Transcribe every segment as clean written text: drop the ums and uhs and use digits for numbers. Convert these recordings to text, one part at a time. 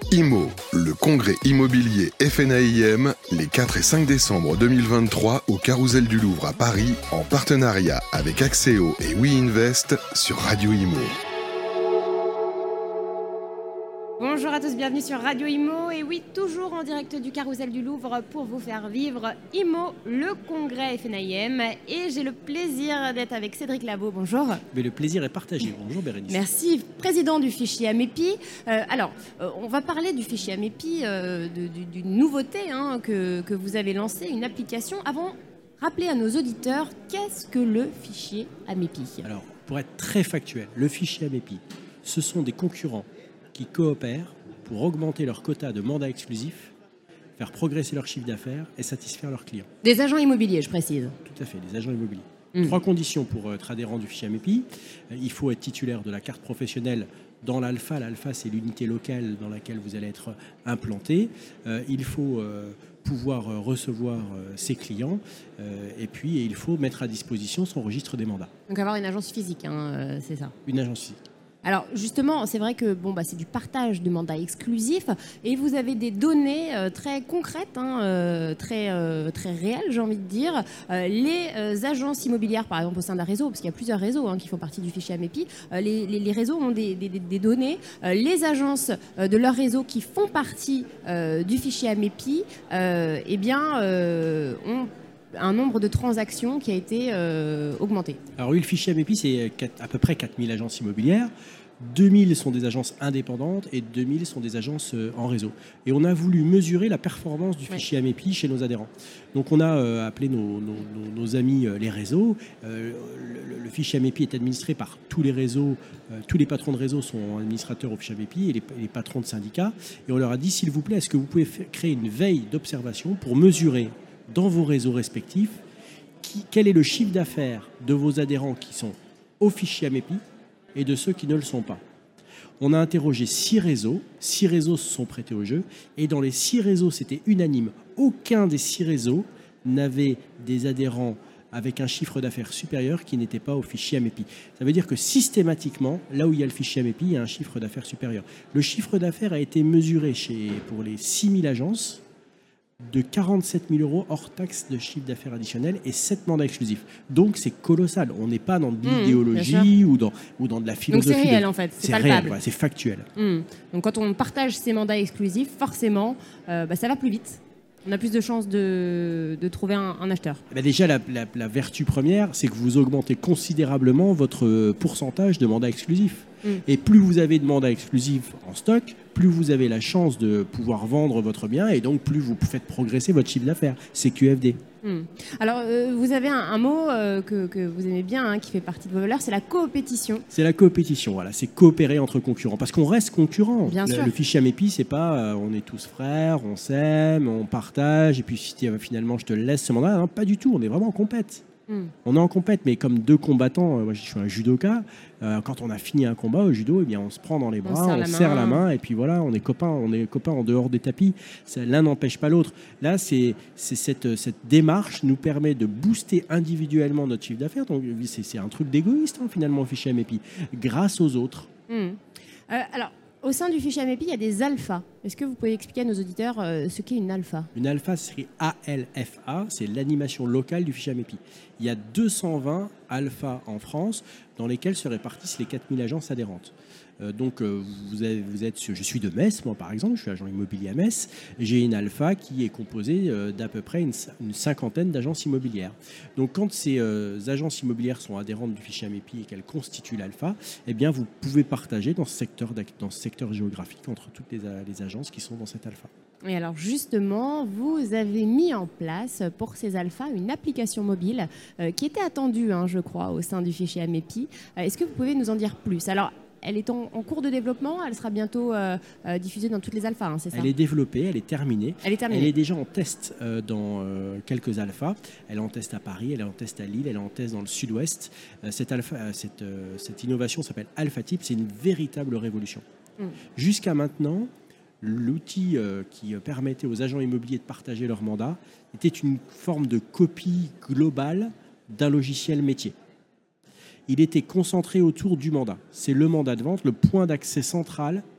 IMO, le congrès immobilier FNAIM, les 4 et 5 décembre 2023 au Carrousel du Louvre à Paris, en partenariat avec Axéo et WeInvest sur Radio Imo. Bonjour à tous, bienvenue sur Radio Imo. Et oui, toujours en direct du Carrousel du Louvre pour vous faire vivre Imo, le congrès FNAIM. Et j'ai le plaisir d'être avec Cédric Labeau. Bonjour. Mais le plaisir est partagé. Bonjour Bérénice. Merci, président du fichier Amepi. On va parler du fichier Amepi, d'une nouveauté que vous avez lancée, une application. Avant, rappelez à nos auditeurs, qu'est-ce que le fichier Amepi ? Alors, pour être très factuel, le fichier Amepi, ce sont des concurrents qui coopèrent pour augmenter leur quota de mandats exclusifs, faire progresser leur chiffre d'affaires et satisfaire leurs clients. Des agents immobiliers, je précise. Tout à fait, des agents immobiliers. 3 conditions pour être adhérent du fichier Amepi. Il faut être titulaire de la carte professionnelle dans l'Alpha. L'Alpha, c'est l'unité locale dans laquelle vous allez être implanté. Il faut pouvoir recevoir ses clients et puis il faut mettre à disposition son registre des mandats. Donc avoir une agence physique, c'est ça ? Une agence physique. Alors justement, c'est vrai que c'est du partage de mandats exclusifs et vous avez des données très concrètes, très réelles, j'ai envie de dire. Les agences immobilières, par exemple, au sein d'un réseau, parce qu'il y a plusieurs réseaux qui font partie du fichier Amepi, les réseaux ont des données. Les agences de leur réseau qui font partie du fichier Amepi, ont un nombre de transactions qui a été augmenté. Alors oui, le fichier Amepi, c'est à peu près 4000 agences immobilières. 2000 sont des agences indépendantes et 2000 sont des agences en réseau. Et on a voulu mesurer la performance du fichier Amepi chez nos adhérents. Donc on a appelé nos amis les réseaux. Le fichier Amepi est administré par tous les réseaux. Tous les patrons de réseau sont administrateurs au fichier Amepi et les patrons de syndicats. Et on leur a dit, s'il vous plaît, est-ce que vous pouvez créer une veille d'observation pour mesurer dans vos réseaux respectifs quel est le chiffre d'affaires de vos adhérents qui sont au fichier Amepi et de ceux qui ne le sont pas. On a interrogé 6 réseaux. 6 réseaux se sont prêtés au jeu. Et dans les 6 réseaux, c'était unanime. Aucun des 6 réseaux n'avait des adhérents avec un chiffre d'affaires supérieur qui n'était pas au fichier Amepi. Ça veut dire que systématiquement, là où il y a le fichier Amepi, il y a un chiffre d'affaires supérieur. Le chiffre d'affaires a été mesuré pour les 6000 agences de 47 000 euros hors taxe de chiffre d'affaires additionnel et 7 mandats exclusifs. Donc c'est colossal. On n'est pas dans de l'idéologie ou dans de la philosophie. Donc c'est réel en fait, c'est palpable. Réel, c'est factuel. Donc quand on partage ces mandats exclusifs, forcément, ça va plus vite. On a plus de chances de trouver un acheteur. Déjà, la vertu première, c'est que vous augmentez considérablement votre pourcentage de mandats exclusifs. Et plus vous avez de mandats exclusifs en stock, plus vous avez la chance de pouvoir vendre votre bien et donc plus vous faites progresser votre chiffre d'affaires. C'est QFD. Alors, vous avez un mot que vous aimez bien, qui fait partie de vos valeurs, c'est la coopétition. C'est la coopétition, voilà. C'est coopérer entre concurrents. Parce qu'on reste concurrents. Bien sûr. Le fichier Amepi, c'est pas on est tous frères, on s'aime, on partage, et puis finalement je te laisse ce mandat. Non, pas du tout, on est vraiment en compète. On est en compète, mais comme 2 combattants, moi je suis un judoka, quand on a fini un combat au judo, on se prend dans les bras, on serre la main, et puis voilà, on est copains en dehors des tapis. L'un n'empêche pas l'autre. Là, cette démarche nous permet de booster individuellement notre chiffre d'affaires. Donc c'est un truc d'égoïste finalement au fichier Amepi, grâce aux autres. Alors, au sein du fichier Amepi, il y a des alphas. Est-ce que vous pouvez expliquer à nos auditeurs ce qu'est une alpha ? Une alpha, c'est ALFA, c'est l'animation locale du fichier Amepi. Il y a 220 alphas en France dans lesquels se répartissent les 4000 agences adhérentes. Je suis de Metz, moi par exemple, je suis agent immobilier à Metz. J'ai une alpha qui est composée d'à peu près une cinquantaine d'agences immobilières. Donc quand ces agences immobilières sont adhérentes du fichier Amepi et qu'elles constituent l'alpha, vous pouvez partager dans ce secteur géographique entre toutes les agences qui sont dans cette alpha. Et alors justement, vous avez mis en place pour ces alphas une application mobile qui était attendue, je crois, au sein du fichier Amepi. Est-ce que vous pouvez nous en dire plus ? Alors, elle est en cours de développement, elle sera bientôt diffusée dans toutes les alphas, c'est ça ? Elle est développée, elle est terminée. Elle est déjà en test dans quelques alphas. Elle est en test à Paris, elle est en test à Lille, elle est en test dans le sud-ouest. Cette innovation s'appelle AlphaType, c'est une véritable révolution. Jusqu'à maintenant, l'outil qui permettait aux agents immobiliers de partager leur mandat était une forme de copie globale d'un logiciel métier. Il était concentré autour du mandat. C'est le mandat de vente, le point d'accès central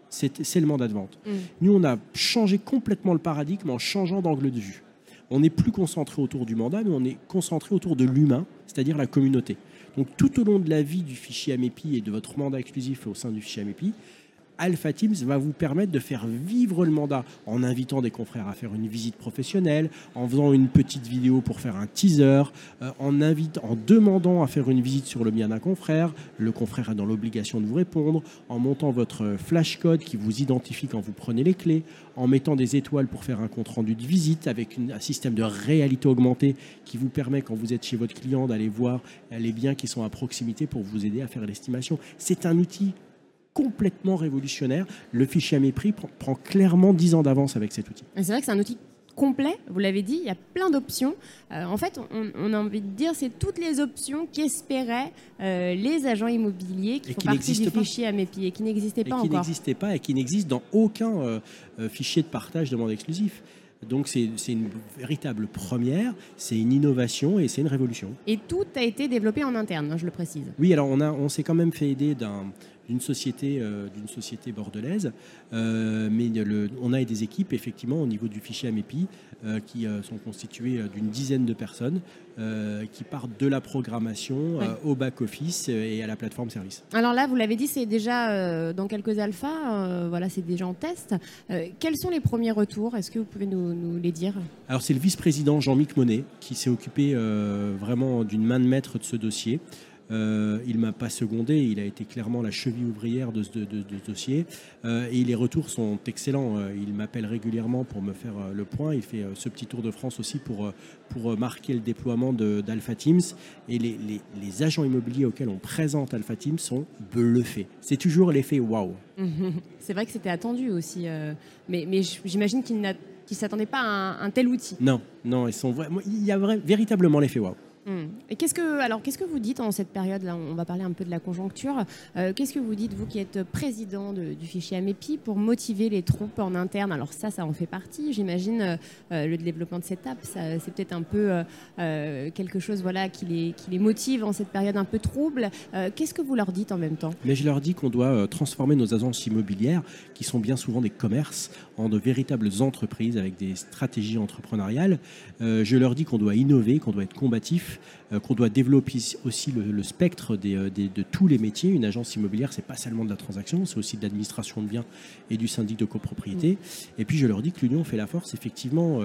C'est le mandat de vente. Nous, on a changé complètement le paradigme en changeant d'angle de vue. On n'est plus concentré autour du mandat, mais on est concentré autour de l'humain, c'est-à-dire la communauté. Donc tout au long de la vie du fichier Amepi et de votre mandat exclusif au sein du fichier Amepi, Alpha Teams va vous permettre de faire vivre le mandat en invitant des confrères à faire une visite professionnelle, en faisant une petite vidéo pour faire un teaser, en demandant à faire une visite sur le bien d'un confrère. Le confrère est dans l'obligation de vous répondre, en montant votre flashcode qui vous identifie quand vous prenez les clés, en mettant des étoiles pour faire un compte-rendu de visite avec un système de réalité augmentée qui vous permet, quand vous êtes chez votre client, d'aller voir les biens qui sont à proximité pour vous aider à faire l'estimation. C'est un outil complètement révolutionnaire. Le fichier Amepi prend clairement 10 ans d'avance avec cet outil. C'est vrai que c'est un outil complet, vous l'avez dit, il y a plein d'options. En fait, on a envie de dire c'est toutes les options qu'espéraient les agents immobiliers qui font partie du fichier Amepi et qui n'existaient pas encore. Qui n'existaient pas et qui n'existent dans aucun fichier de partage de mandat exclusif. Donc c'est une véritable première, c'est une innovation et c'est une révolution. Et tout a été développé en interne, je le précise. Oui, alors on s'est quand même fait aider d'une société bordelaise, mais on a des équipes effectivement au niveau du fichier Amepi qui sont constituées d'une dizaine de personnes qui partent de la programmation au back-office et à la plateforme service. Alors là, vous l'avez dit, c'est déjà dans quelques alphas, voilà, c'est déjà en test. Quels sont les premiers retours? Est-ce que vous pouvez nous les dire? Alors c'est le vice-président Jean-Mic Monet qui s'est occupé vraiment d'une main de maître de ce dossier. Il ne m'a pas secondé, il a été clairement la cheville ouvrière de ce dossier et les retours sont excellents. Il m'appelle régulièrement pour me faire le point, il fait ce petit tour de France aussi pour marquer le déploiement d'Alpha Teams et les agents immobiliers auxquels on présente Alpha Teams sont bluffés. C'est toujours l'effet waouh. C'est vrai que c'était attendu aussi, mais j'imagine qu'ils ne s'attendaient pas à un tel outil. Non, il y a véritablement l'effet waouh. Et qu'est-ce que vous dites en cette période-là? On va parler un peu de la conjoncture. Qu'est-ce que vous dites, vous qui êtes président du fichier Amepi, pour motiver les troupes en interne? Alors ça en fait partie, j'imagine. Le développement de cette app, c'est peut-être un peu quelque chose qui les motive en cette période un peu trouble. Qu'est-ce que vous leur dites en même temps? Mais je leur dis qu'on doit transformer nos agences immobilières, qui sont bien souvent des commerces, en de véritables entreprises avec des stratégies entrepreneuriales. Je leur dis qu'on doit innover, qu'on doit être combatif, qu'on doit développer aussi le spectre de tous les métiers. Une agence immobilière, c'est pas seulement de la transaction, c'est aussi de l'administration de biens et du syndic de copropriété. Et puis je leur dis que l'union fait la force. Effectivement,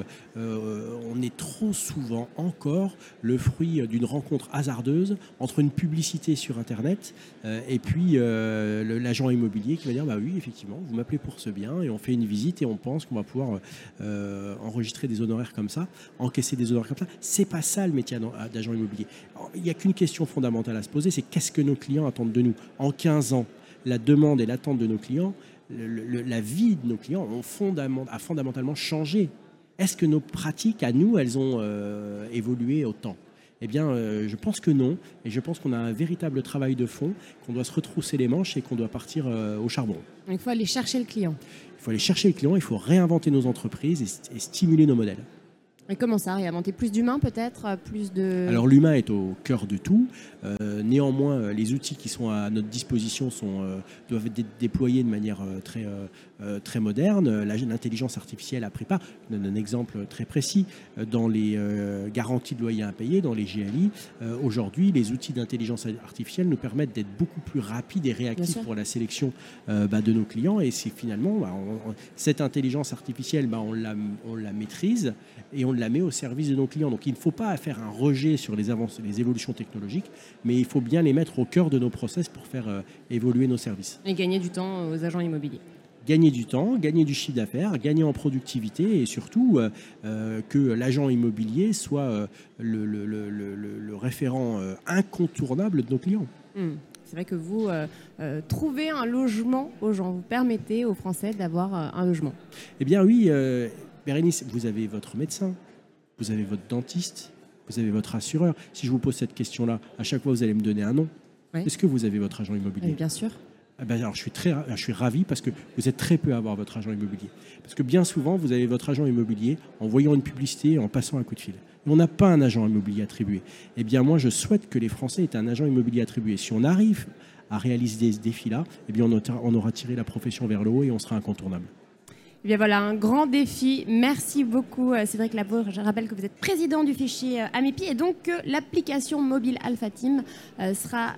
on est trop souvent encore le fruit d'une rencontre hasardeuse entre une publicité sur Internet et puis l'agent immobilier qui va dire bah oui, effectivement, vous m'appelez pour ce bien et on fait une visite et on pense qu'on va pouvoir enregistrer des honoraires comme ça, encaisser des honoraires comme ça. C'est pas ça le métier d'agent immobilier. Alors, il n'y a qu'une question fondamentale à se poser, c'est qu'est-ce que nos clients attendent de nous? En 15 ans, la demande et l'attente de nos clients, la vie de nos clients a fondamentalement changé. Est-ce que nos pratiques à nous, elles ont évolué autant? Eh bien, je pense que non. Et je pense qu'on a un véritable travail de fond, qu'on doit se retrousser les manches et qu'on doit partir au charbon. Il faut aller chercher le client. Il faut aller chercher le client, il faut réinventer nos entreprises et stimuler nos modèles. Et comment ça? Réinventer plus d'humains peut-être? Alors l'humain est au cœur de tout. Néanmoins, les outils qui sont à notre disposition doivent être déployés de manière très moderne. L'intelligence artificielle a pris part. Je donne un exemple très précis. Dans les garanties de loyer impayés, dans les GLI, aujourd'hui, les outils d'intelligence artificielle nous permettent d'être beaucoup plus rapides et réactifs pour la sélection de nos clients. Et c'est finalement, cette intelligence artificielle, on la maîtrise et on la met au service de nos clients. Donc il ne faut pas faire un rejet sur les évolutions technologiques, mais il faut bien les mettre au cœur de nos process pour faire évoluer nos services. Et gagner du temps aux agents immobiliers. Gagner du temps, gagner du chiffre d'affaires, gagner en productivité et surtout que l'agent immobilier soit le référent incontournable de nos clients. C'est vrai que vous trouvez un logement aux gens, vous permettez aux Français d'avoir un logement. Eh bien oui, Bérénice, vous avez votre médecin, vous avez votre dentiste, vous avez votre assureur. Si je vous pose cette question-là, à chaque fois, vous allez me donner un nom. Oui. Est-ce que vous avez votre agent immobilier? Oui, bien sûr. Alors, je suis ravi parce que vous êtes très peu à avoir votre agent immobilier. Parce que bien souvent, vous avez votre agent immobilier en voyant une publicité et en passant un coup de fil. Et on n'a pas un agent immobilier attribué. Eh bien, moi, je souhaite que les Français aient un agent immobilier attribué. Si on arrive à réaliser ce défi-là, eh bien on aura tiré la profession vers le haut et on sera incontournable. Eh bien voilà, un grand défi. Merci beaucoup Cédric Lavaud. Je rappelle que vous êtes président du fichier Amepi et donc que l'application mobile Alpha Team sera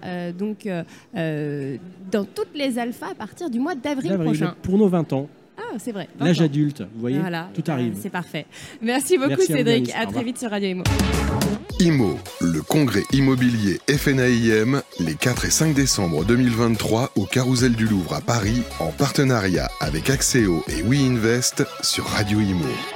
dans toutes les alphas à partir du mois d'avril prochain. Pour nos 20 ans. Ah, c'est vrai. L'âge adulte, vous voyez, voilà, tout arrive. C'est parfait. Merci beaucoup Cédric. À très vite sur Radio Imo. IMO, le congrès immobilier FNAIM, les 4 et 5 décembre 2023 au Carrousel du Louvre à Paris, en partenariat avec Axéo et WeInvest sur Radio Imo.